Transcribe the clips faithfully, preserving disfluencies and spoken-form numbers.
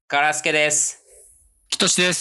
からすけです。 きとしです。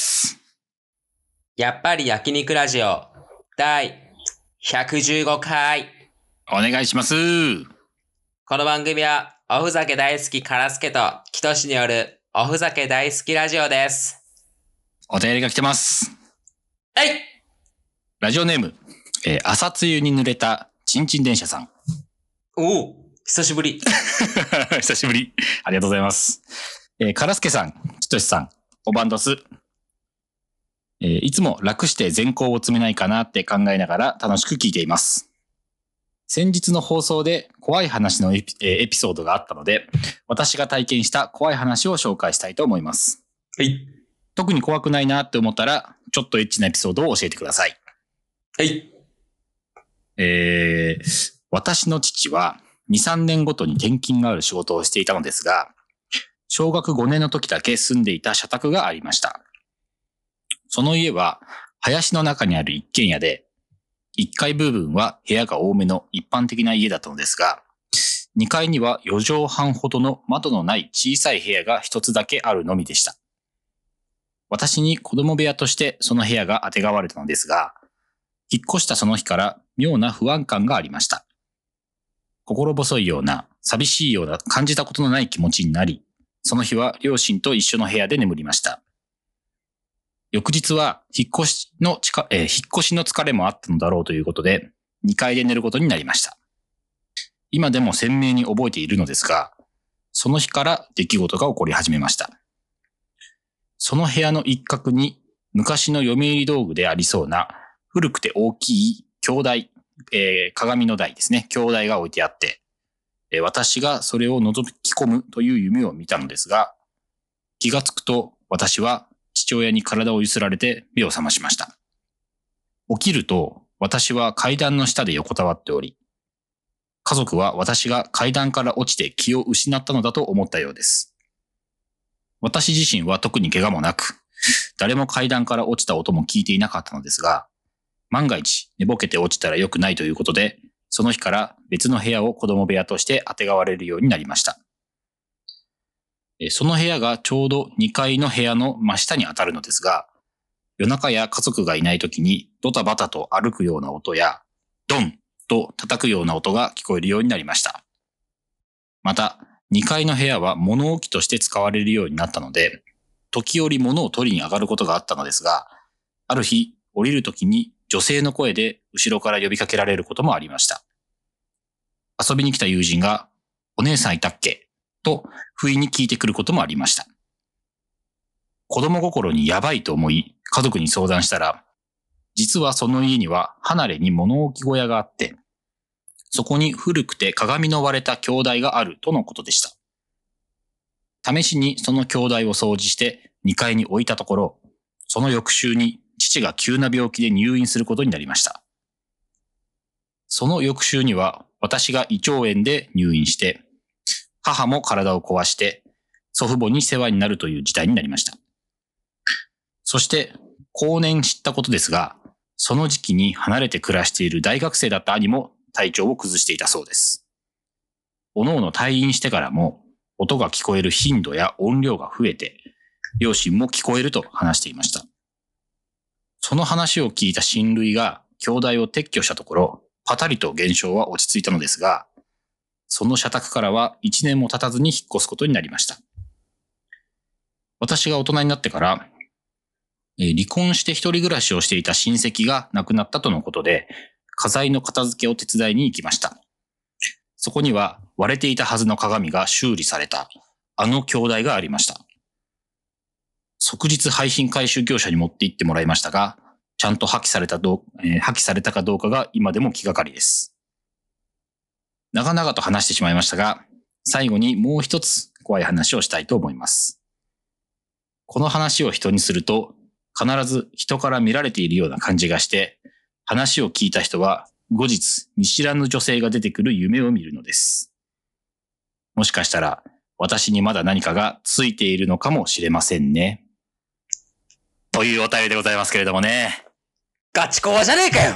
やっぱり焼肉ラジオだいひゃくじゅうごかいお願いします。 この番組はおふざけ大好きからすけときとしによるおふざけ大好きラジオです。 お便りが来てます。 はい。 ラジオネーム、えー、朝露に濡れたちんちん電車さん。 おお、久しぶり。 久しぶり。ありがとうございます。えー、からすけさん、きとしさん、おばんどす。えー、いつも楽して善行を詰めないかなって考えながら楽しく聞いています。先日の放送で怖い話のエピ、えー、エピソードがあったので、私が体験した怖い話を紹介したいと思います。 はい。 特に怖くないなって思ったら、ちょっとエッチなエピソードを教えてください。 はい。 えー、私の父はに、さんねんごとに転勤がある仕事をしていたのですが、小学ごねんの時だけ住んでいた社宅がありました。その家は林の中にある一軒家で、いっかい部分は部屋が多めの一般的な家だったのですが、にかいにはよじょうはんほどの窓のない小さい部屋が一つだけあるのみでした。私に子供部屋としてその部屋があてがわれたのですが、引っ越したその日から妙な不安感がありました。心細いような、寂しいような感じたことのない気持ちになり、その日は両親と一緒の部屋で眠りました。翌日は引っ越しのちか、えー、引っ越しの疲れもあったのだろうということで、にかいで寝ることになりました。今でも鮮明に覚えているのですが、その日から出来事が起こり始めました。その部屋の一角に昔の嫁入り道具でありそうな古くて大きい鏡台、えー、鏡の台ですね、鏡台が置いてあって、えー、私がそれを覗き込むという夢を見たのですが、気がつくと私は父親に体をゆすられて目を覚ましました。起きると私は階段の下で横たわっており、家族は私が階段から落ちて気を失ったのだと思ったようです。私自身は特に怪我もなく、誰も階段から落ちた音も聞いていなかったのですが、万が一寝ぼけて落ちたら良くないということで、その日から別の部屋を子供部屋としてあてがわれるようになりました。その部屋がちょうどにかいの部屋の真下に当たるのですが、夜中や家族がいない時にドタバタと歩くような音や、ドンと叩くような音が聞こえるようになりました。また、にかいの部屋は物置として使われるようになったので、時折物を取りに上がることがあったのですが、ある日降りる時に女性の声で後ろから呼びかけられることもありました。遊びに来た友人が、お姉さんいたっけと不意に聞いてくることもありました。子供心にやばいと思い、家族に相談したら、実はその家には離れに物置小屋があって、そこに古くて鏡の割れた鏡台があるとのことでした。試しにその鏡台を掃除してにかいに置いたところ、その翌週に父が急な病気で入院することになりました。その翌週には私が胃腸炎で入院して、母も体を壊して祖父母に世話になるという事態になりました。そして後年知ったことですが、その時期に離れて暮らしている大学生だった兄も体調を崩していたそうです。おのおの退院してからも音が聞こえる頻度や音量が増えて、両親も聞こえると話していました。その話を聞いた親類が鏡台を撤去したところ、パタリと現象は落ち着いたのですが、その社宅からはいちねんも経たずに引っ越すことになりました。私が大人になってから、離婚して一人暮らしをしていた親戚が亡くなったとのことで、家財の片付けを手伝いに行きました。そこには割れていたはずの鏡が修理されたあの鏡台がありました。即日廃品回収業者に持って行ってもらいましたが、ちゃんと破棄されたどう、えー、破棄されたかどうかが今でも気がかりです。長々と話してしまいましたが、最後にもう一つ怖い話をしたいと思います。この話を人にすると、必ず人から見られているような感じがして、話を聞いた人は後日見知らぬ女性が出てくる夢を見るのです。もしかしたら私にまだ何かがついているのかもしれませんね。というお便りでございますけれどもね。 ガチコアじゃねえかよ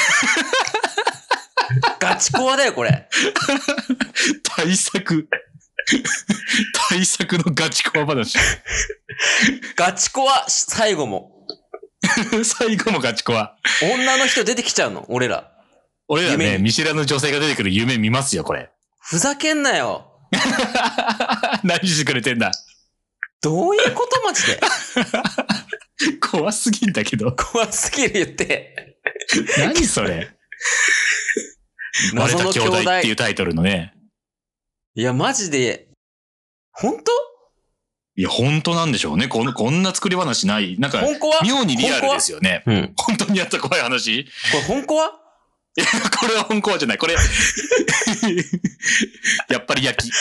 ガチコアだよこれ。 対策対策のガチコア話。 ガチコは最後も。 最後もガチコは。 女の人出てきちゃうの俺ら。 俺らね、見知らぬ女性が出てくる夢見ますよ、これ。 ふざけんなよ。 何してくれてんだ。 どういうことマジで。 怖すぎんだけど。 怖すぎる言って。 何それ。 謎の兄弟。 兄弟っていうタイトルのね。 いや、マジで、本当？ いや、本当なんでしょうね。こんこんな作り話ない。なんか、妙にリアルですよね。 うん、 本当にやった怖い話。 これ本コア？ いや、これは本コアじゃない。これ、やっぱり焼き。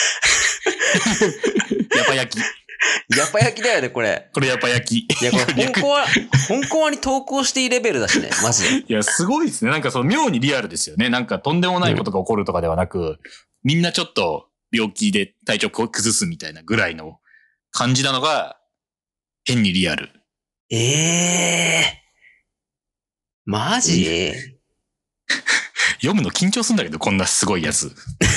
やっぱ焼き。 やっぱ焼きだよね、これ。 これやっぱ焼き。 いや、これ本コア、本コアに投稿していいレベルだしね、マジで。 いや、すごいですね。なんかその妙にリアルですよね。なんかとんでもないことが起こるとかではなく、うん、みんなちょっと病気で体調崩すみたいなぐらいの感じなのが、変にリアル。 ええー。マジ？ 読むの緊張するんだけど、こんなすごいやつ。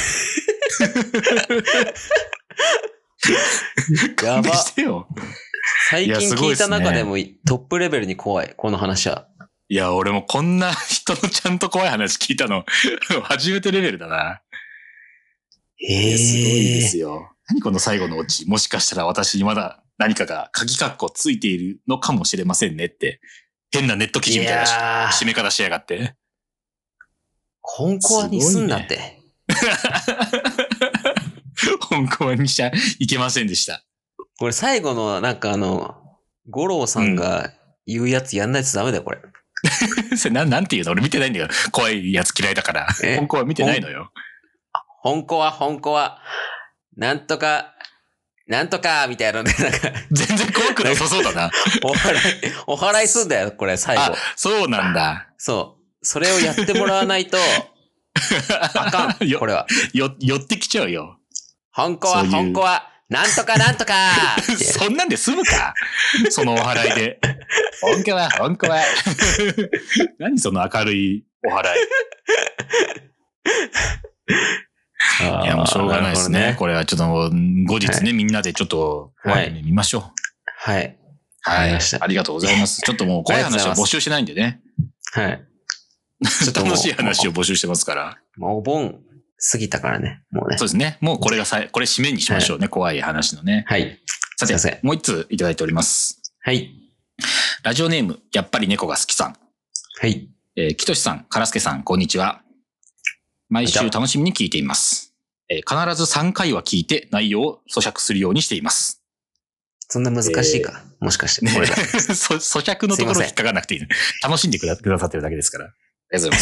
やば。 してよ。 最近聞いた中でもトップレベルに怖い、この話は。 いや、俺もこんな人のちゃんと怖い話聞いたの、初めてレベルだな。 ええー。 すごいですよ。何この最後のオチ。もしかしたら私にまだ何かが鍵括弧ついているのかもしれませんねって。変なネット記事みたいな締め方しやがって。 本コアにすんなって。 本コアにしちゃいけませんでした。 これ最後のなんかあの、五郎さんが言うやつやんないとダメだよ、これ。 それな、なんて言うの？俺見てないんだよ。怖いやつ嫌いだから。本コア見てないのよ。 本コア、本コア、なんとか、なんとか、みたいなので、なんか。 全然怖くなさそうだな。 お祓い、お祓いすんだよ、これ、最後。 あ、そうなんだ。 そう。それをやってもらわないと、あかん、これは。 よ、寄ってきちゃうよ。 本コア、本コア、なんとかなんとかそんなんで済むかそのお祓いで。本コア、本コア。何その明るいお祓い。いや、もうしょうがないですね。ねこれはちょっと後日ね、はい、みんなでちょっと怖い夢見ましょう。 はい。 はい。はい、ありがとうございます。ちょっともう怖い話は募集してないんでね。 はい。 ちょっと楽しい話を募集してますから。 もうお盆過ぎたからね。もうね。 そうですね。もうこれがさい、これ締めにしましょうね。はい、怖い話のね。 はい。 さて、もう一通いただいております。 はい。 ラジオネーム、やっぱり猫が好きさん。 はい。 えー、きとしさん、からすけさん、こんにちは。毎週楽しみに聞いています。えー、必ずさんかいは聞いて内容を咀嚼するようにしています。 そんな難しいか、えー、もしかして。ね、 咀嚼のところ引っかかんなくていい。楽しんでくださってるだけですから。ありがとうございます。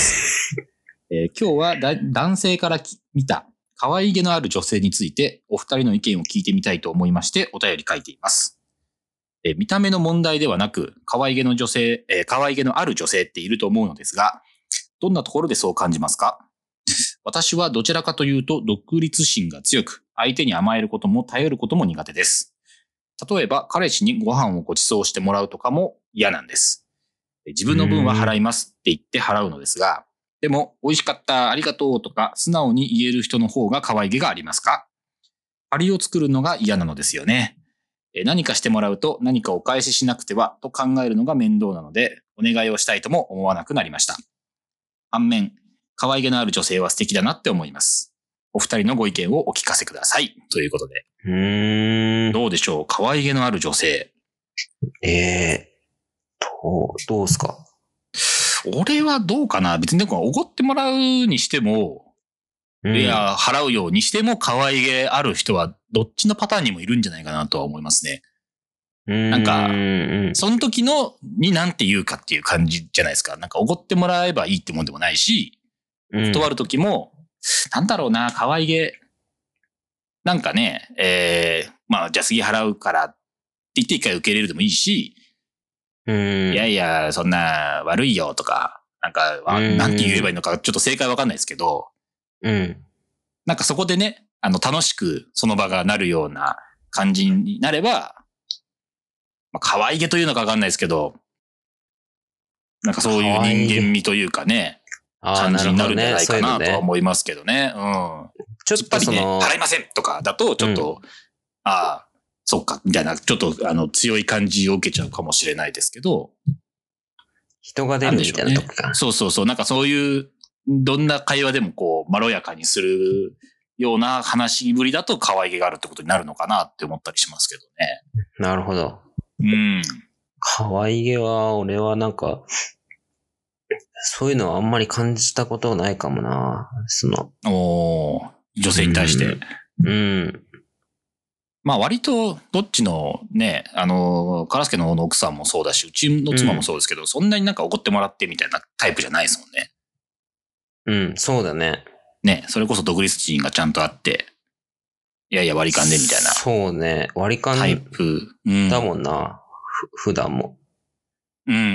えー、今日はだ男性から見た可愛げのある女性についてお二人の意見を聞いてみたいと思いましてお便り書いています。えー、見た目の問題ではなく可愛げの女性、えー、可愛げのある女性っていると思うのですが、どんなところでそう感じますか？私はどちらかというと独立心が強く、相手に甘えることも頼ることも苦手です。例えば彼氏にご飯をご馳走してもらうとかも嫌なんです。自分の分は払いますって言って払うのですが、でも美味しかった、ありがとうとか素直に言える人の方が可愛げがありますか？借りを作るのが嫌なのですよね。何かしてもらうと何かお返ししなくてはと考えるのが面倒なので、お願いをしたいとも思わなくなりました。反面、可愛げのある女性は素敵だなって思います。お二人のご意見をお聞かせください。ということで。 うーん。 どうでしょう？可愛げのある女性。 ええー、どう、どうすか？ 俺はどうかな？別におごってもらうにしても、うん、いや、払うようにしても可愛げある人はどっちのパターンにもいるんじゃないかなとは思いますね。なんか、その時のに何て言うかっていう感じじゃないですか。なんかおごってもらえばいいってもんでもないし、断る時も、うん、なんだろうな、可愛げ。なんかね、えー、まあ、じゃあ次払うからって言って一回受け入れるでもいいし、 うん、 いやいや、そんな悪いよとか、なんか、なんて言えばいいのかちょっと正解わかんないですけど、 うん、 なんかそこでね、あの、楽しくその場がなるような感じになれば、まあ、可愛げというのかわかんないですけど、なんかそういう人間味というかね、感じになるんじゃないかなとは思いますけどね。うん。 ちょっとその、 ね、払いませんとかだと、ちょっと、うん、ああ、 そっか、みたいな、ちょっとあの強い感じを受けちゃうかもしれないですけど。 人が出るみたいなとこか、 ね。そうそうそう。なんかそういう、どんな会話でもこう、まろやかにするような話しぶりだと可愛げがあるってことになるのかなって思ったりしますけどね。 なるほど。 うん。 可愛げは、俺はなんか、そういうのはあんまり感じたことないかもな。その。 おー、女性に対して。 うん。うん、 まあ割と、どっちのね、あの、カラスケの方の奥さんもそうだし、うちの妻もそうですけど、うん、そんなになんか怒ってもらってみたいなタイプじゃないですもんね。 うん、そうだね。 ね、それこそ独立心がちゃんとあって、いやいや割り勘でみたいな。 そうね、割り勘タイプ、うん、 だもんな、普段も。 うんうんうん。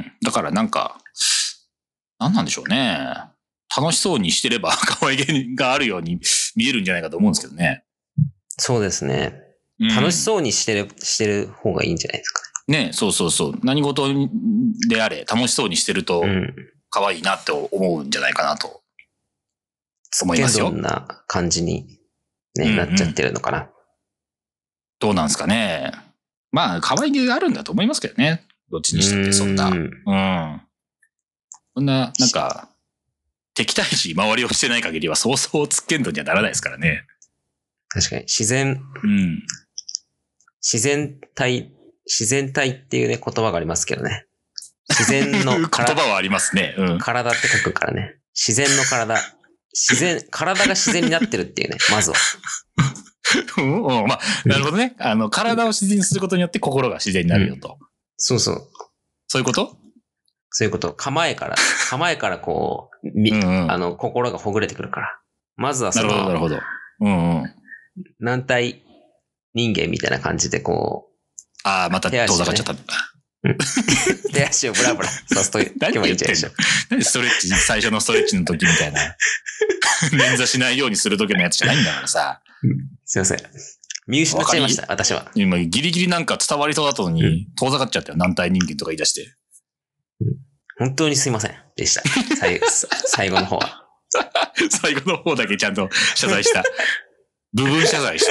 だからなんか、なんなんでしょうね。楽しそうにしてれば可愛げがあるように見えるんじゃないかと思うんですけどね。 そうですね。うん、楽しそうにしてる、してる方がいいんじゃないですかね。ね、そうそうそう。何事であれ、楽しそうにしてると、可愛いなって思うんじゃないかなと思いますよ。 どんな感じに、ね、うんうん、なっちゃってるのかな。 どうなんですかね。まあ、可愛げがあるんだと思いますけどね。どっちにしたって、そんな。うん。うんそんな、なんか、敵対し周りをしてない限りは、そうそうつっけんどにはならないですからね。 確かに、自然、 うん。 自然体、自然体っていうね、言葉がありますけどね。自然の言葉はありますね。うん。 体って書くからね。自然の体。自然、体が自然になってるっていうね、まずは。 うんうん、まあ、なるほどね。あの、体を自然にすることによって心が自然になるよと。うん、 そうそう。 そういうことそういうこと。構えから、構えからこう、みうん、うん、あの、心がほぐれてくるから。まずはその、 なるほど、なるほど。うんうん。 軟体人間みたいな感じでこう。 ああ、また遠ざかっちゃった。 手足をブラブラさせといけばいいんじゃないでしょう。 何ストレッチ、最初のストレッチの時みたいな。捻挫しないようにする時のやつじゃないんだからさ。 すいません。見失っちゃいました、私は。 今、ギリギリなんか伝わりそうだったのに、遠ざかっちゃったよ。軟体人間とか言い出して。 本当にすいませんでした。最後、最後の方は。 最後の方だけちゃんと謝罪した。部分謝罪した。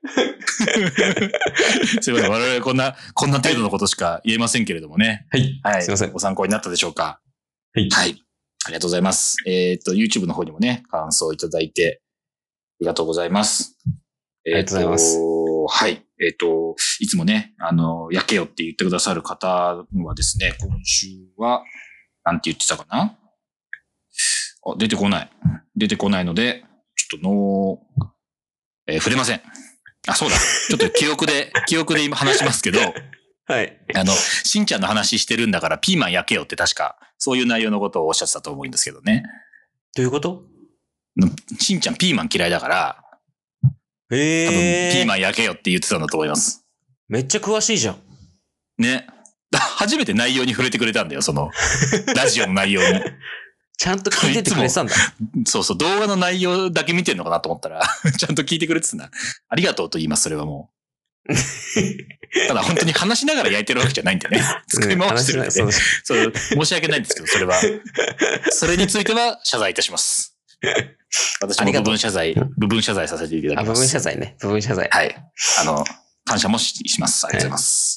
すいません。我々こんな、こんな程度のことしか言えませんけれどもね。 はい。はい。 すいません。ご参考になったでしょうか。 はい。 はい。ありがとうございます。えっと、YouTube の方にもね、感想いただいて、ありがとうございます。 ありがとうございます。 はい。えっと、いつもね、あの、焼けよって言ってくださる方はですね、今週は、なんて言ってたかなあ、出てこない。出てこないので、ちょっとノー、えー、触れません。あ、そうだ。ちょっと記憶で、記憶で今話しますけど、 はい。 あの、しんちゃんの話してるんだからピーマン焼けよって確か、そういう内容のことをおっしゃってたと思うんですけどね。 どういうこと？ しんちゃんピーマン嫌いだから、 へー。 多分ピーマン焼けよって言ってたんだと思います。 めっちゃ詳しいじゃん。 ね。初めて内容に触れてくれたんだよ、その、ラジオの内容に。 ちゃんと聞いててくれてたんだ。 そうそう、動画の内容だけ見てんのかなと思ったら、ちゃんと聞いてくれてたんだ。ありがとうと言います、それはもう。ただ本当に話しながら焼いてるわけじゃないんでね。作り回してるんで、ね。そう、そう申し訳ないんですけど、それは。それについては謝罪いたします。私も部分謝罪、部分謝罪させていただきます。 あ、部分謝罪ね。部分謝罪。 はい。あの、感謝も し, します。ありがとうございます。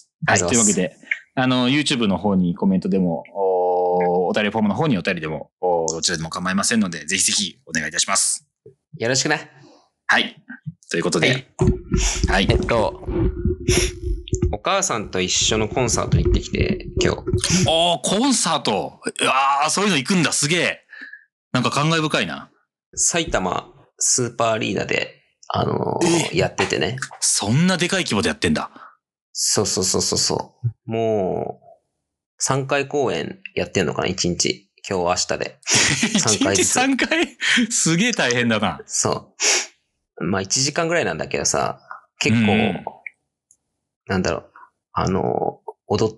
はい。はい、というわけで、あの、YouTube の方にコメントでも、お, お便りフォームの方にお便りでも、どちらでも構いませんので、ぜひぜひお願いいたします。 よろしくね。 はい。ということで、はい。はい、 えっと、お母さんと一緒のコンサート行ってきて、今日。 おー、コンサート。ああ、そういうの行くんだ。すげえ。なんか感慨深いな。 埼玉スーパーアリーナで、あのー、やっててね。 そんなでかい規模でやってんだ。 そうそうそうそうそう。もう、さんかい公演やってんのかな、いちにち。今日明日で。 さんかいずつ。いちにちさんかいすげえ大変だな。 そう。まあいちじかんぐらいなんだけどさ、結構、うん、なんだろう、あの、踊って、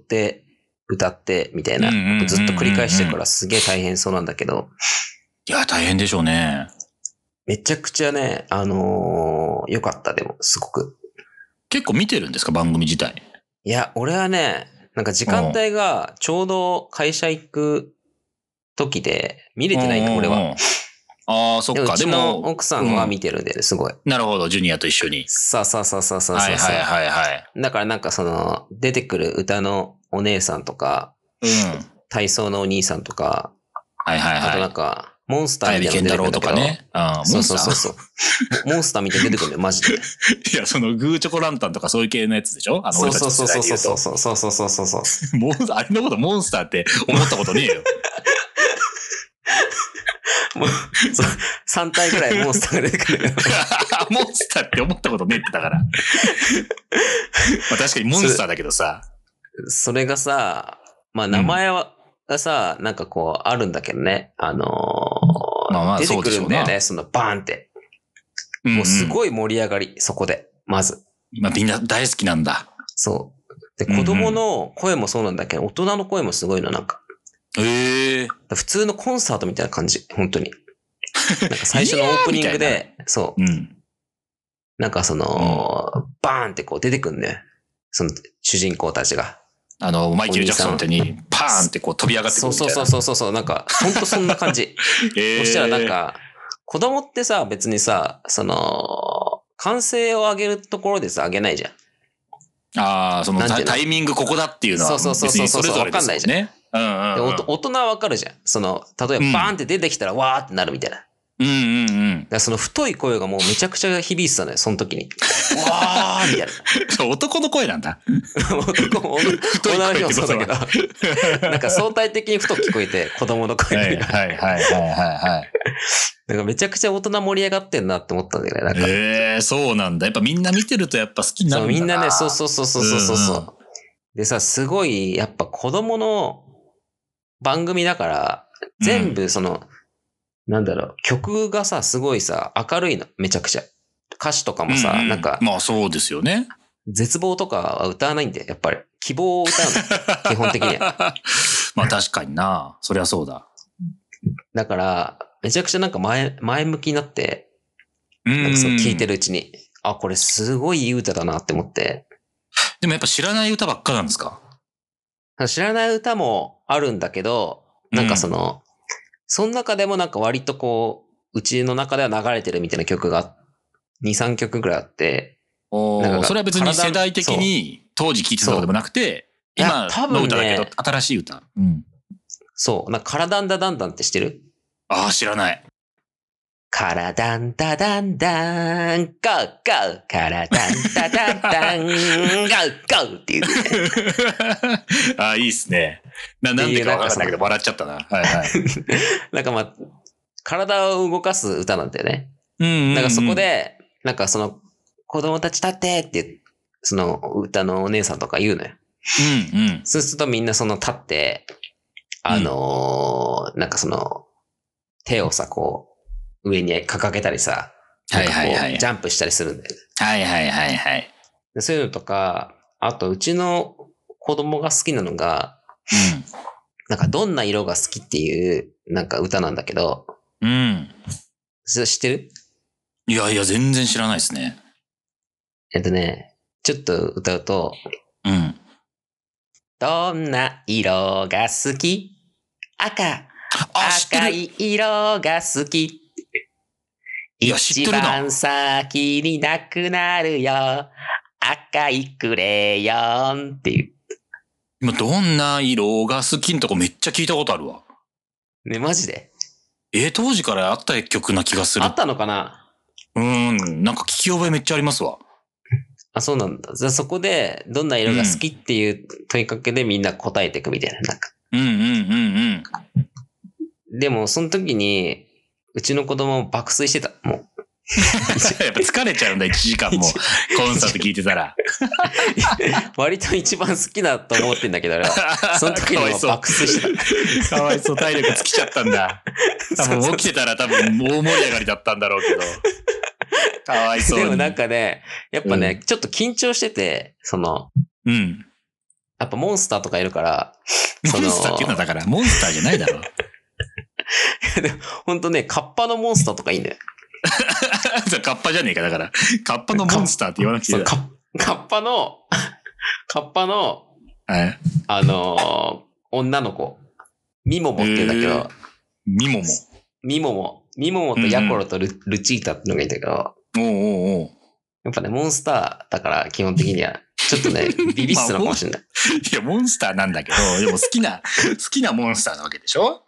歌って、みたいなことずっと繰り返してるからすげえ大変そうなんだけど。 いや、大変でしょうね。 めちゃくちゃね、あのー、よかった、でも、すごく。 結構見てるんですか、番組自体。 いや、俺はね、なんか時間帯がちょうど会社行く時で見れてないんだ、俺は。 ああ、そっか。 でもうちでも、 の奥さんは見てるんだよね、すごい。 なるほど、ジュニアと一緒に。 さあさあさあさあさあさあ。 はいはいはいはい。 だからなんかその、出てくる歌のお姉さんとか、 うん。 体操のお兄さんとか、 はいはいはい。 あとなんか、モンスターみたい早見健なの出てくるんだけど。 太郎とかね。あそうモンスターそうそうそう。モンスターみたいに出てくるんだよ、マジで。 いや、そのグーチョコランタンとかそういう系のやつでしょあの、 そう俺たちそうそうの世代で言うと。 そうそうそうそうそうそうそうそう。 モンあれのことモンスターって思ったことねえよ。 もう、そう、さん体ぐらいモンスターが出てくるよ。 モンスターって思ったことねえってだから。まあ確かにモンスターだけどさ。 それがさ、まあ名前は、がさ、なんかこう、あるんだけどね。あのー、 まあまあ出てくるんだよそうでしょうね、そのバーンって。 うんうんもうすごい盛り上がり、そこで、まず。 まあみんな大好きなんだ。 そう。で、子供の声もそうなんだけど、大人の声もすごいの、なんか。 へえ。 普通のコンサートみたいな感じ、本当に。なんか最初のオープニングで、そう。 うん。 なんかその、うん、バーンってこう出てくんね。その主人公たちが。 あの、マイケル・ジャクソンみたいに、パーンってこう飛び上がってくるみたいな。 そうそうそうそう、なんか、ほんとそんな感じ。そしたらなんか、子供ってさ、別にさ、その、歓声を上げるところでさ、上げないじゃん。 ああ、そのタイミングここだっていうのは、 そうそうそうそう、わかんないじゃん。 ね。うんうんうん、 で大人はわかるじゃん。その、例えばバーンって出てきたら、わーってなるみたいな。 うんうんうん。 だからその太い声がもうめちゃくちゃ響いてたのよ、その時に。わーみたいな。 男の声なんだ。 男も、女の人もそうだけど、なんか相対的に太く聞こえて、子供の声が。 はいはいはいはいはい。 なんかめちゃくちゃ大人盛り上がってんなって思ったんだよね。なんかええー、そうなんだ。やっぱみんな見てるとやっぱ好きになるんだな。 そう、みんなね、そうそうそうそうそうそう、うんうん。でさ、すごい、やっぱ子供の番組だから、全部その、うん、なんだろう、曲がさ、すごいさ、明るいの、めちゃくちゃ。歌詞とかもさ、うんうん、なんか。 まあそうですよね。 絶望とかは歌わないんだよ、やっぱり。希望を歌うの。基本的には。 まあ確かにな。そりゃそうだ。 だから、めちゃくちゃなんか前、前向きになって、なんかそう聞いてるうちに、あ、これすごいいい歌だなって思って。 でもやっぱ知らない歌ばっかなんですか？ 知らない歌もあるんだけど、なんかその、うん、その中でもなんか割とこう、うちの中では流れてるみたいな曲がに、さんきょくぐらいあって、 おそれは別に世代的に当時聴いてたのでもなくて、今の歌だけど新しい歌。うん、 そう。なんか、カラダンダダンダンって知ってる？ ああ、知らない。 カラダンダダンダン、ゴーゴー、カラダンダダンダン、ゴーゴーっていう、ね。 ああ、いいっすね。な、なんでかわかんないけど笑っちゃったな。はいはい。 なんかまあ、体を動かす歌なんだよね。 うんうん、うん。 なんかそこで、なんかその、子供たち立ってって、その歌のお姉さんとか言うのよ。 うんうん。 そうするとみんなその立って、あのーうん、なんかその、手をさ、こう、上に掲げたりさ、 はいはいはい。 ジャンプしたりするんだよね。 はいはいはいはい。 でそういうのとか、あとうちの子供が好きなのが、うん、なんかどんな色が好きっていうなんか歌なんだけど、 うん。 それ知ってる？ いやいや全然知らないですね。 えっとね、ちょっと歌うと、 うん。 どんな色が好き？赤。赤い色が好き。一番先になくなるよ。赤いクレヨンっていう。 今どんな色が好きんとこめっちゃ聞いたことあるわ。 ね、マジで？ えー、当時からあった曲な気がする。 あったのかな？ うーん、なんか聞き覚えめっちゃありますわ。 あ、そうなんだ。じゃあそこで、どんな色が好きっていう問いかけでみんな答えていくみたいな。なんか。 うんうんうんうん。でも、その時に、うちの子供爆睡してた。もう。 やっぱ疲れちゃうんだ、いちじかんも。コンサート聞いてたら。 割と一番好きだと思ってんだけど、その時にも爆睡してた。かわいそう、体力尽きちゃったんだ。多分起きてたら多分大盛り上がりだったんだろうけど。かわいそうに。 でもなんかね、やっぱね、うん、ちょっと緊張してて、その、 うん。 やっぱモンスターとかいるから、 モンスターっていうのだから、モンスターじゃないだろ。 ほんとね、カッパのモンスターとかいいんだよ。 カッパじゃねえか、だから。カッパのモンスターって言わなくていいだろ。 カッパの、カッパの、 はい、 あのー、女の子、ミモモって言うんだけど、 ミモモ。 ミモモ。 ミモモとヤコロとル,、うんうん、ルチータってのがいいんだけど、 おうおうおうやっぱね、モンスターだから基本的には、ちょっとね、ビビッスなのかもしれない。 いや、モンスターなんだけど、でも好きな、好きなモンスターなわけでしょ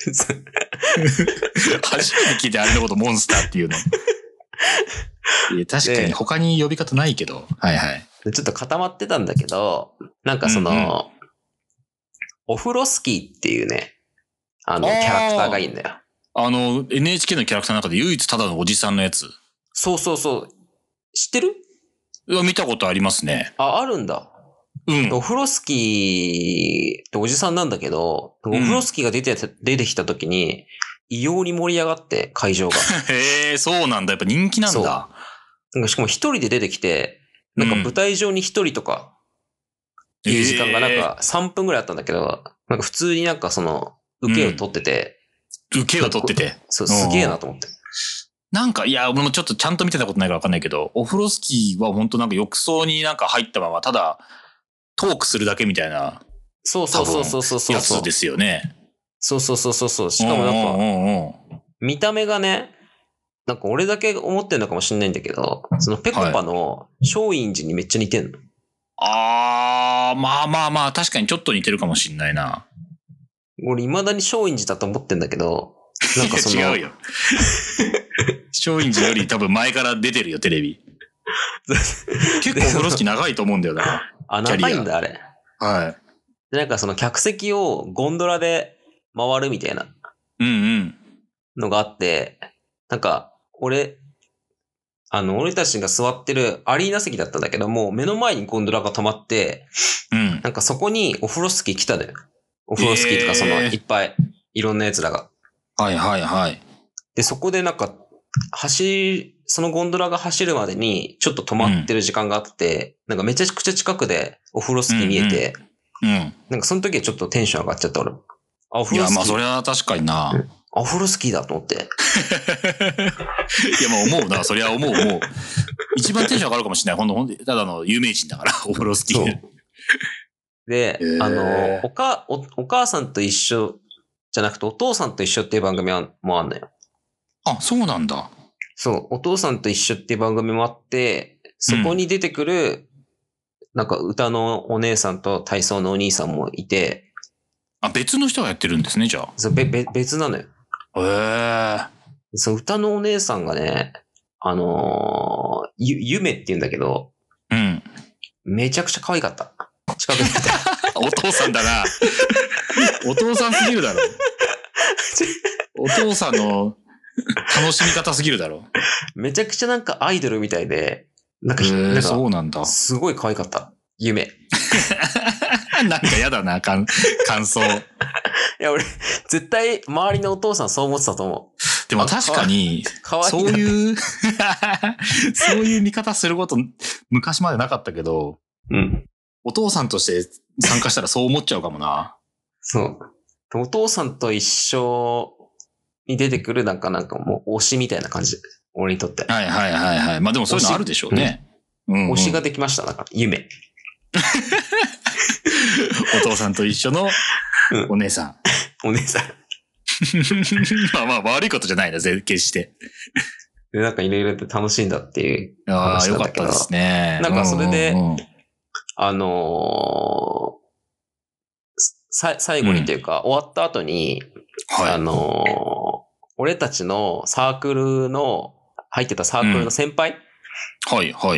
初めて聞いてあれのことモンスターっていうの。いや確かに他に呼び方ないけど。はいはい。 ちょっと固まってたんだけど、なんかその、うんうん、オフロスキーっていうね、あの、キャラクターがいいんだよ。 あの、エヌエイチケー のキャラクターの中で唯一ただのおじさんのやつ。 そうそうそう。知ってる？ いや、見たことありますね。 あ、あるんだ。うん。オフロスキーっておじさんなんだけど、オフロスキーが出て、うん、出てきた時に、異様に盛り上がって、会場が。 へえ、そうなんだ。やっぱ人気なんだ。 そう。しかも一人で出てきて、なんか舞台上に一人とか、いう時間がなんかさんぷんぐらいあったんだけど、なんか普通になんかその、受けを取ってて。 うん、受けを取ってて。 そう、すげえなと思って。 なんか、いや、俺もちょっとちゃんと見てたことないからわかんないけど、オフロスキーは本当なんか浴槽になんか入ったまま、ただ、トークするだけみたいな。 そうそうそうそうそうそう。 やつですよね。 そうそうそうそう。しかもなんか、見た目がね、なんか俺だけ思ってるのかもしれないんだけど、そのペコパの松陰寺にめっちゃ似てんの。はい、 あー、まあまあまあ、確かにちょっと似てるかもしんないな。 俺未だに松陰寺だと思ってんだけど、なんかその。違うよ。松陰寺より多分前から出てるよ、テレビ。結構オフロスキー長いと思うんだよな。 あ、長いんだ、あれ。 はい。 で、なんかその客席をゴンドラで回るみたいな。 うんうん。 のがあって、なんか、俺、あの、俺たちが座ってるアリーナ席だったんだけども、目の前にゴンドラが止まって、うん。なんかそこにオフロスキー来たのよ。オフロスキーとかその、いっぱい、いろんな奴らが。 はいはいはい。 で、そこでなんか、走、そのゴンドラが走るまでにちょっと止まってる時間があって、うん、なんかめちゃくちゃ近くでオフロスキー見えて、うん、うん。なんかその時はちょっとテンション上がっちゃった俺。 あ、オフロスキー。いや、まあそれは確かにな。うんオフロスキーだと思って。 いや、まあ思うな。そりゃ思う思う。一番テンション上がるかもしれない。ほんと、ほんと、ただの有名人だから、オフロスキー。 で、あの、おかお、お母さんと一緒じゃなくて、お父さんと一緒っていう番組もあんのよ。 あ、そうなんだ。 そう、お父さんと一緒っていう番組もあって、そこに出てくる、うん、なんか歌のお姉さんと体操のお兄さんもいて、 あ、別の人がやってるんですね、じゃあ。 そう、べ、べ、別なのよ。 へー。 その歌のお姉さんがね、あのー、ゆ、ゆめって言うんだけど、 うん。 めちゃくちゃ可愛かった。近くで見た。 お父さんだな。お父さんすぎるだろ。お父さんの楽しみ方すぎるだろ。 めちゃくちゃなんかアイドルみたいで、なんか、 なんかそうなんだ。 すごい可愛かった。ゆめ。 なんかやだな、感想。いや、俺、絶対、周りのお父さんそう思ってたと思う。 でも確かに、そういう、そういう見方すること、昔までなかったけど、 うん。 お父さんとして参加したらそう思っちゃうかもな。 そう。お父さんと一緒に出てくるなんかなんかもう推しみたいな感じ。俺にとって。 はいはいはいはい。まあでもそういうのあるでしょうね。 うんうんうん、推しができました。だから、夢。 お父さんと一緒のお姉さん。 うん、お姉さん。 まあまあ悪いことじゃないな、決して。 で、なんかいろいろと楽しんだっていう話なんだけど。ああ、よかったですね。 なんかそれで、うんうんうん、あのー、さ、最後にというか、うん、終わった後に、はい、あのー、俺たちのサークルの、入ってたサークルの先輩、 うん、はい、はい。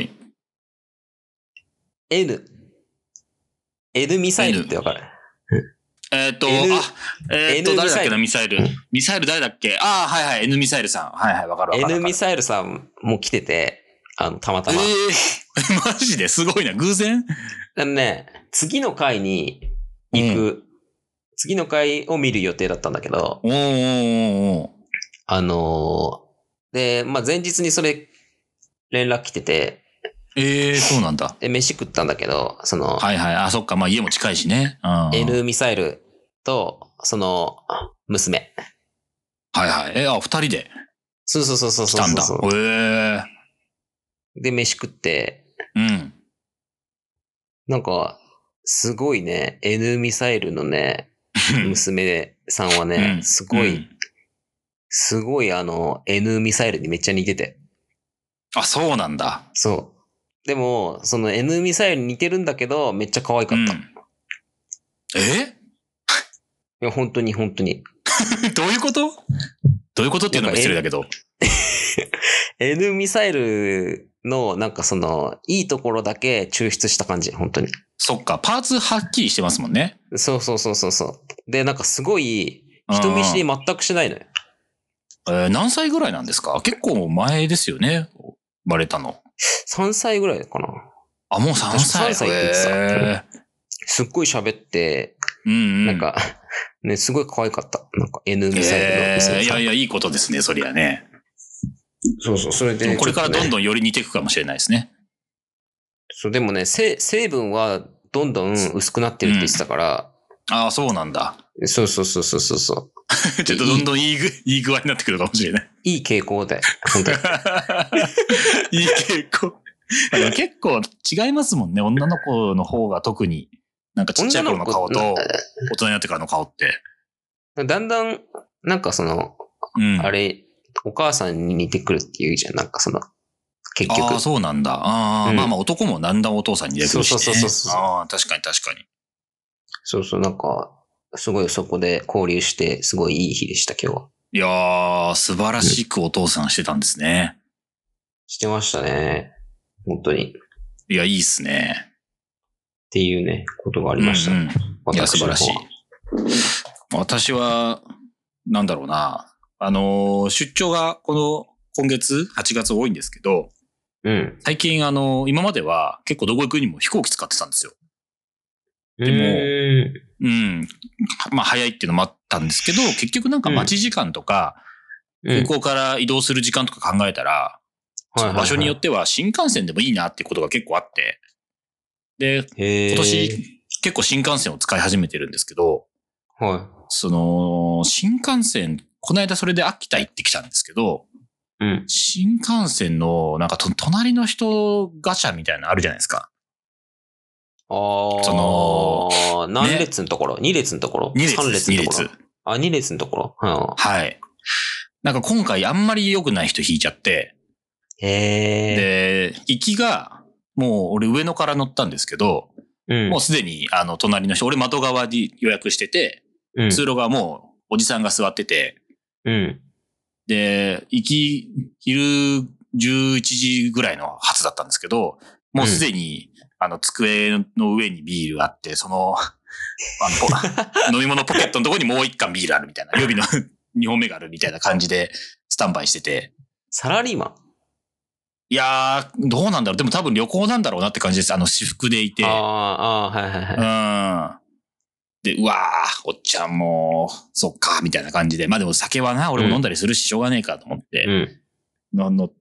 N。N ミサイルってわかる？ えっと、N、あ、えー、っと、誰だっけな、ミサイル。ミサイル誰だっけ？ああ、はいはい、N ミサイルさん。はいはい、わかるわかる。 N ミサイルさんも来てて、あの、たまたま。 ええー、マジですごいな、偶然？ あのね、次の回に行く、うん、次の回を見る予定だったんだけど、 おーおーおーあのー、で、まあ、前日にそれ、連絡来てて、 ええー、そうなんだ。 で、飯食ったんだけど、その、 はいはい。あ、そっか。まあ家も近いしね。 うん、N ミサイルと、その、娘。 はいはい。え、あ、二人で。 そうそうそうそうそう。 来たんだ。へえ。で、飯食って、 うん。 なんか、すごいね、N ミサイルのね、娘さんはね、うん、すごい、 すごいあの、N ミサイルにめっちゃ似てて。 あ、そうなんだ。 そう。でも、その N ミサイルに似てるんだけど、めっちゃ可愛かった。うん、 えいや、本当に本当に。 どういうことどういうことっていうのが失礼だけど。 N ミサイルの、なんかその、いいところだけ抽出した感じ、本当に。 そっか、パーツはっきりしてますもんね。 そうそうそうそうそう。で、なんかすごい、人見知り全くしないのよ。 えー、何歳ぐらいなんですか？結構前ですよね。生まれたの。 さんさいぐらいかな。 あ、もうさんさい。 さんさいって言ってた。すっごい喋って、うんうん、なんか、ね、すごい可愛かった。なんか N ミサイルの娘さん、 えー。いやいや、いいことですね、そりゃね。 そうそう、それで、 ね。これからどんどんより似ていくかもしれないですね。 そう、でもね、成分はどんどん薄くなってるって言ってたから。 うん、ああ、そうなんだ。 そうそうそうそうそう。 ちょっとどんどんいい具、いい具合になってくるかもしれない。 いい傾向で、本当に。 いい傾向。でも結構違いますもんね。女の子の方が特に。なんかちっちゃい頃の顔と、大人になってからの顔って。 だんだん、なんかその、うん、あれ、お母さんに似てくるって言うじゃん。なんかその、結局。 ああ、そうなんだ。ああ、うん、まあまあ男もだんだんお父さんに似てくるし、ね。 そうそうそうそう。 ああ、確かに確かに。 そうそう、なんか、すごいそこで交流して、すごいいい日でした、今日は。 いやー、素晴らしくお父さんしてたんですね。うん、 してましたね。本当に。 いや、いいっすね。 っていうね、ことがありました。うんうん、いや、素晴らしい。私は、なんだろうな。あのー、出張がこの今月、はちがつ多いんですけど、 うん、 最近、あのー、今までは結構どこ行くにも飛行機使ってたんですよ。でも、うん、まあ早いっていうのもあったんですけど、結局なんか待ち時間とか、うん、空港から移動する時間とか考えたら、うん、その場所によっては新幹線でもいいなってことが結構あって、で、今年結構新幹線を使い始めてるんですけど、 はい。 その、新幹線、この間それで秋田行ってきたんですけど、 うん、 新幹線のなんかと隣の人ガチャみたいなのあるじゃないですか。 ああ、その、何列のところ、ね、?に 列のところ ?に 列。さん列のところ。あ、に列のところ。うん、 はい。なんか今回あんまり良くない人引いちゃって、 へで、行きが、もう俺上野から乗ったんですけど、うん、もうすでにあの隣の人、俺窓側に予約してて、うん、通路側もうおじさんが座ってて、 うん、 で、行き、昼じゅういちじぐらいのはずだったんですけど、もうすでに、うん、あの机の上にビールあって、その、あの飲み物ポケットのところにもう一缶ビールあるみたいな、予備のにほんめがあるみたいな感じでスタンバイしてて。 サラリーマンいやー、どうなんだろう。でも多分旅行なんだろうなって感じです。あの、私服でいて。 ああ、はいはいはい。うん。で、うわー、おっちゃんも、そっか、みたいな感じで。まあでも酒はな、俺も飲んだりするし、しょうがねえかと思って、うん、乗って、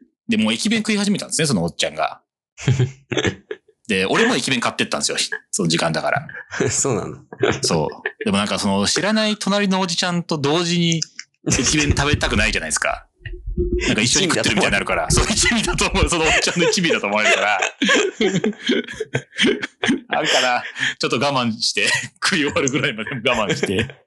で、もう駅弁食い始めたんですね、そのおっちゃんが。で、俺も駅弁買ってったんですよ。その時間だから。 そうなんだ。 そう。でもなんかその知らない隣のおじちゃんと同時に駅弁食べたくないじゃないですか。なんか一緒に食ってるみたいになるから。そう、一味だと思う。そのおっちゃんの一味だと思われるから。あるかな。ちょっと我慢して、食い終わるぐらいまで我慢して。で、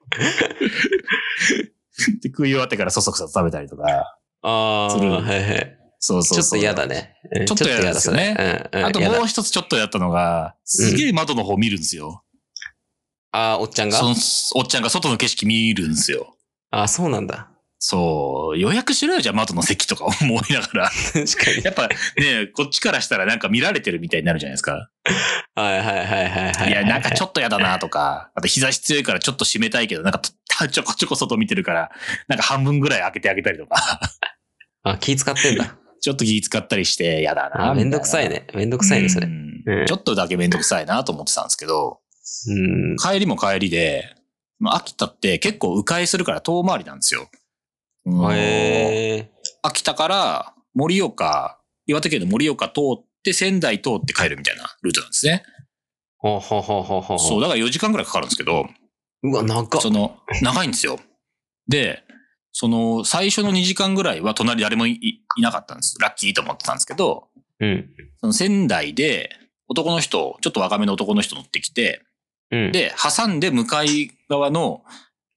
食い終わってからそそくさと食べたりとか。 ああ、はいはい。 そうそうそう。 ちょっと嫌だね。 ちょっと嫌ですよね。うんうん、あともう一つちょっとやったのが、すげえ窓の方見るんですよ。 うん、ああ、おっちゃんがそのおっちゃんが外の景色見るんですよ。 ああ、そうなんだ。 そう。予約しろよ、じゃあ窓の席とか思いながら。 確かに。 やっぱね、こっちからしたらなんか見られてるみたいになるじゃないですか。 はいはいはいはいはい。 いや、なんかちょっとやだなとか、あと日差し強いからちょっと閉めたいけど、なんかちょこちょこ外見てるから、なんか半分ぐらい開けてあげたりとか。 あ、気使ってんだ。 ちょっと気使ったりして、やだな。 あ、めんどくさいね。めんどくさいね、それ。うん、 ちょっとだけめんどくさいなと思ってたんですけど、 うん、 帰りも帰りで、秋田って結構迂回するから遠回りなんですよ。 へ秋田から盛岡、岩手県の盛岡通って仙台通って帰るみたいなルートなんですね。 ほほほほほ。 そう、だからよじかんぐらいかかるんですけど。 うわ、長っ。 その、長いんですよ。で、その、最初のにじかんぐらいは隣誰も い, いなかったんです。ラッキーと思ってたんですけど、 うん。 その仙台で男の人、ちょっと若めの男の人乗ってきて、うん、で、挟んで向かい側の、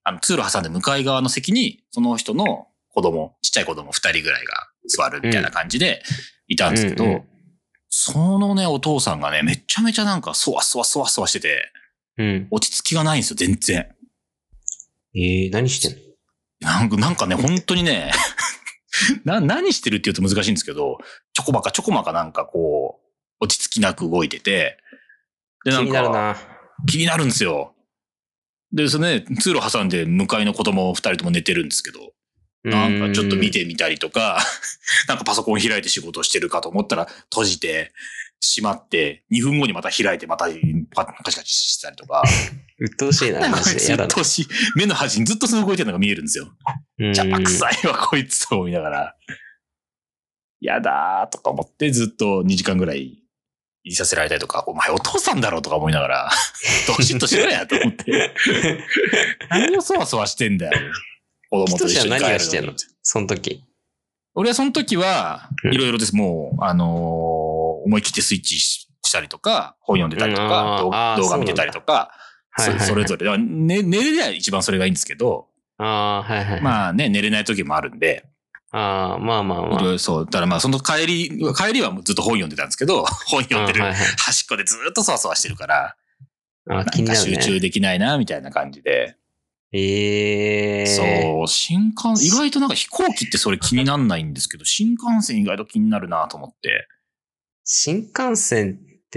あの、通路挟んで向かい側の席に、その人の子供、ちっちゃい子供二人ぐらいが座るみたいな感じでいたんですけど、うんうんうん、そのね、お父さんがね、めちゃめちゃなんか、そわそわそわそわしてて、うん、落ち着きがないんですよ、全然。 えー、何してんの？ なんか、なんかね、本当にね、な、何してるって言うと難しいんですけど、ちょこまかちょこまかなんかこう、落ち着きなく動いてて、 で、なんか、気になるな。 気になるんですよ。で、それね、通路挟んで向かいの子供二人とも寝てるんですけど、なんかちょっと見てみたりとか、なんかパソコン開いて仕事をしてるかと思ったら閉じて、閉まって、にふんごにまた開いてまたパチカチしたりとか。 鬱陶しいな、マジで。 鬱陶しい。目の端にずっとその動いてるのが見えるんですよ。邪魔くさいわ、こいつと思いながら。やだーとか思ってずっとにじかんぐらいいさせられたりとか、お前お父さんだろうとか思いながら、どうしっとしろやと思って。何をそわそわしてんだよ。子供と一緒に帰るのに。 何をしてんのその時。 俺はその時は、いろいろです。もう、あのー、思い切ってスイッチしたりとか、本読んでたりとか、うん、動画見てたりとか、そ, はいはいはい、それぞれ。ね、寝れりゃ一番それがいいんですけど、 あはいはいはい、 まあね、寝れない時もあるんで、 ああ、まあまあまあ。 いろいろそう。だからまあその帰り、帰りはずっと本読んでたんですけど、本読んでる端っこでずっとそわそわしてるから、 あなんか集中できないな、みたいな感じで。 ええー。 そう、新幹線、意外となんか飛行機ってそれ気になんないんですけど、新幹線意外と気になるなと思って。 新幹線って、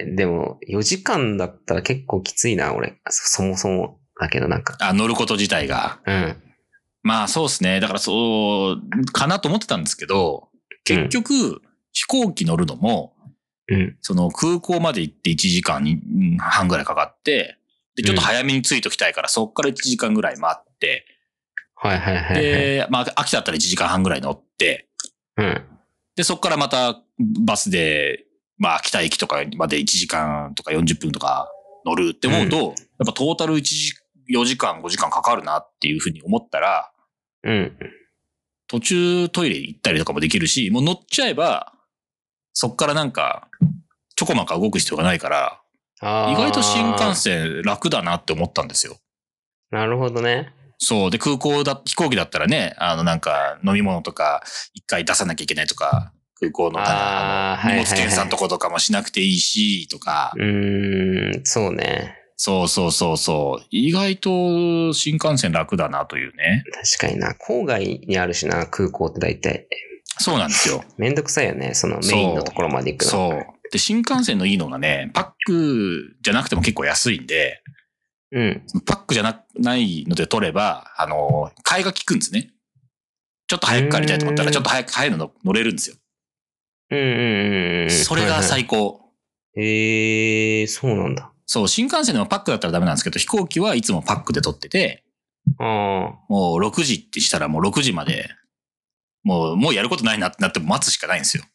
でもよじかんだったら結構きついな、俺。そもそも。だけどなんか。 あ、乗ること自体が。 うん。 まあそうですね。だからそう、かなと思ってたんですけど、結局、うん、飛行機乗るのも、 うん、 その空港まで行っていちじかんはんぐらいかかって、で、ちょっと早めに着いときたいから、うん、そっからいちじかんぐらい待って、 はいはいはい、はい。 で、まあ、秋田だったらいちじかんはんぐらい乗って、 うん。で、 そっからまたバスで、まあ、秋田駅とかまでいちじかんとかよんじゅっぷんとか乗るって思うと、うん、やっぱトータルいちじかん、よじかん、ごじかんかかるなっていうふうに思ったら、 うん。 途中トイレ行ったりとかもできるし、もう乗っちゃえば、そっからなんか、ちょこまか動く必要がないから、意外と新幹線楽だなって思ったんですよ。 なるほどね。 そう。で、空港だ、飛行機だったらね、あのなんか飲み物とか一回出さなきゃいけないとか、空港のあの荷物検査のとことかもしなくていいし、とか。 うーん、そうね。 そうそうそうそう。意外と新幹線楽だなというね。 確かにな。郊外にあるしな、空港って大体。 そうなんですよ。 めんどくさいよね、そのメインのところまで行くの。 そう。そうで、新幹線のいいのがね、パックじゃなくても結構安いんで、 うん。 パックじゃな、ないので取れば、あの、替えが効くんですね。ちょっと早く帰りたいと思ったら、ちょっと早く早いの乗れるんですよ。 うんうんうん。 それが最高。 はいはい、えー、そうなんだ。 そう、新幹線でもパックだったらダメなんですけど、飛行機はいつもパックで取ってて、 あもうろくじってしたらもうろくじまで、もう、もうやることないなってなっても待つしかないんですよ。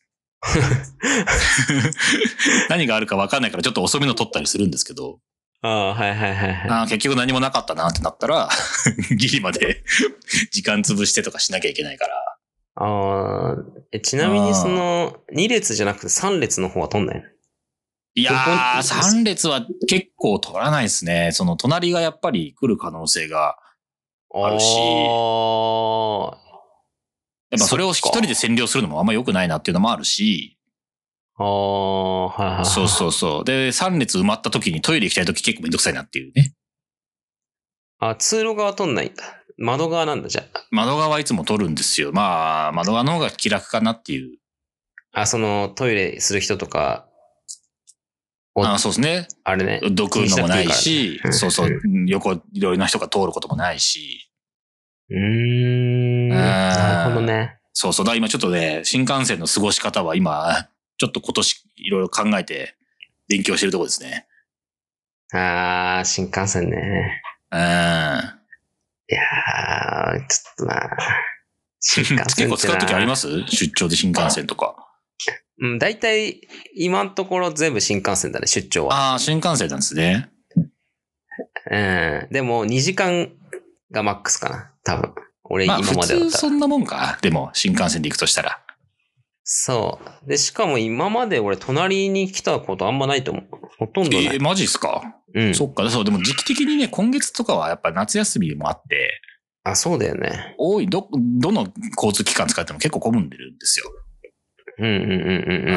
何があるか分かんないからちょっと遅めの取ったりするんですけど。 ああ、はいはいはい、はい。 あ結局何もなかったなってなったら、ギリまで時間潰してとかしなきゃいけないから。 ああ、え、ちなみにそのに列じゃなくてさん列の方は取んないの？ いやー、さん列は結構取らないですね。その隣がやっぱり来る可能性があるし。 ああ。 やっぱそれを一人で占領するのもあんま良くないなっていうのもあるし。 ああ、はいはいはい。 そうそうそう。で、さん列埋まった時にトイレ行きたい時結構めんどくさいなっていうね。 あ、通路側取んないんだ。窓側なんだ、じゃあ。 窓側はいつも取るんですよ。まあ、窓側の方が気楽かなっていう。 あ、そのトイレする人とか。 あそうですね。 あれね。 どくのもないし、そうそう、横、いろいろな人が通ることもないし。 うーん。なるほどね。 そうそう。だ今ちょっとね、新幹線の過ごし方は今、ちょっと今年いろいろ考えて勉強してるところですね。 あー、新幹線ね。 うん。いやー、ちょっとな。 新幹線結構使うときあります？出張で新幹線とか。 うん、大体、今のところ全部新幹線だね、出張は。 ああ、新幹線なんですね。 うん。でも、にじかんがマックスかな、多分。俺、 まあ、 今までだったら。 普通そんなもんか。でも、新幹線で行くとしたら。 そう。で、しかも今まで俺隣に来たことあんまないと思う。ほとんどない。 えー、マジっすか？ うん。 そっか、そう、でも時期的にね、今月とかはやっぱ夏休みもあって、 あ、そうだよね。 多い、ど、どの交通機関使っても結構混んでるんですよ。 うんうんうんうんうん。 うん。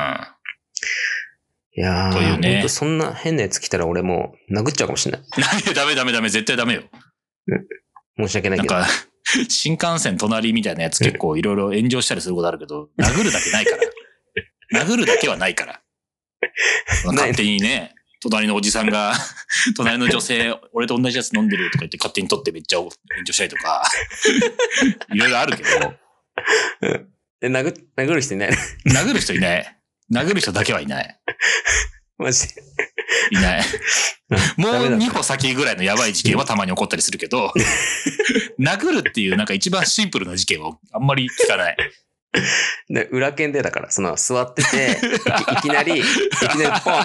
いやー、 というね。 ほんとそんな変なやつ来たら俺もう殴っちゃうかもしれない。 ダメダメダメ、絶対ダメよ。 うん、申し訳ないけど。 なんか、新幹線隣みたいなやつ結構いろいろ炎上したりすることあるけど、殴るだけないから。殴るだけはないから。勝手にね、隣のおじさんが、隣の女性、俺と同じやつ飲んでるとか言って勝手に取ってめっちゃ炎上したりとか、いろいろあるけど。 え、殴、殴る人いない殴る人いない。殴る人だけはいない。 マジで。 いない。もうに歩先ぐらいのやばい事件はたまに起こったりするけど、殴るっていうなんか一番シンプルな事件をあんまり聞かない。 で、裏剣でだから、その座ってて、い, いきなり、いきなりポン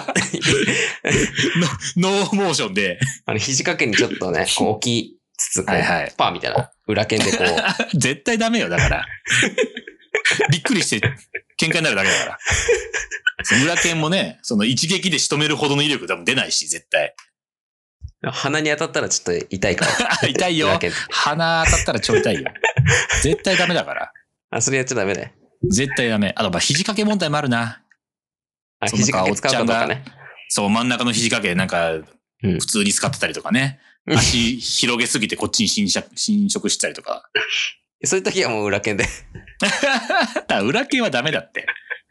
ノーモーションで、 あの、肘掛けにちょっとね、こう置きつつ、こう、はいはい、パーみたいな、裏剣でこう。 絶対ダメよ、だから。びっくりして喧嘩になるだけだから。その裏剣もね、その一撃で仕留めるほどの威力多分出ないし、絶対。 鼻に当たったらちょっと痛いから。 痛いよ。鼻当たったら超痛いよ。絶対ダメだから。 あ、それやっちゃダメね。 絶対ダメ。あと、ま、肘掛け問題もあるな。 あ、肘掛け使うかどうかね。 そう、真ん中の肘掛けなんか、普通に使ってたりとかね。うん、足広げすぎてこっちに侵食、侵食したりとか。 そういう時はもう裏剣で。 だ裏剣はダメだって。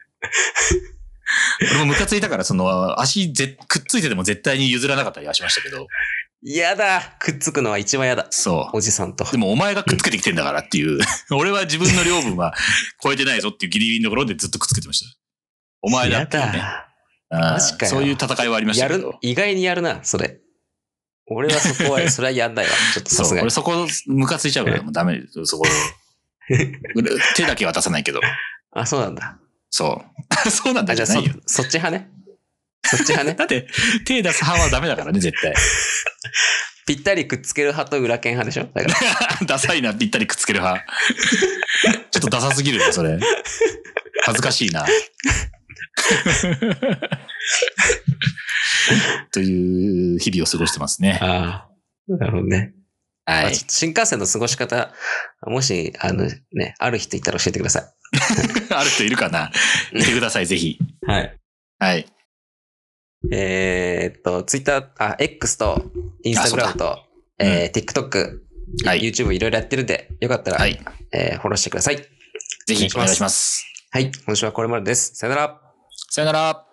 俺もムカついたから、その、足ぜくっついてても絶対に譲らなかったりはしましたけど。 嫌だ。くっつくのは一番嫌だ。 そう。 おじさんと。 でもお前がくっつけてきてんだからっていう。俺は自分の領分は超えてないぞっていうギリギリのところでずっとくっつけてました。お前だって、ね。嫌だ。マジかよ。そういう戦いはありましたけど。 やる、意外にやるな、それ。俺はそこは、それはやんないわ。ちょっとさすがに。 俺そこ、ムカついちゃうからもうダメです。そこ。手だけは出さないけど。 あ、そうなんだ。 そう。そうなんだ。 じゃあそ、そっち派ね。そっち派ね。 だって、手出す派はダメだからね、絶対。 ぴったりくっつける派と裏剣派でしょだから。 ダサいな、ぴったりくっつける派。ちょっとダサすぎるよ、それ。恥ずかしいな。という日々を過ごしてますね。 ああ。なるほどね。 はい。 新幹線の過ごし方、もし、あのね、ある人いたら教えてください。 ある人いるかな？言ってください、ぜひ。 はい。 はい。 えー、っと、ツイッター、あ、X と、インスタグラムと、えー、TikTok、はい、YouTube いろいろやってるんで、よかったら、はい、えー、フォローしてください。 ぜひお願いします。 はい。今週はこれまでです。さよなら。 さよなら。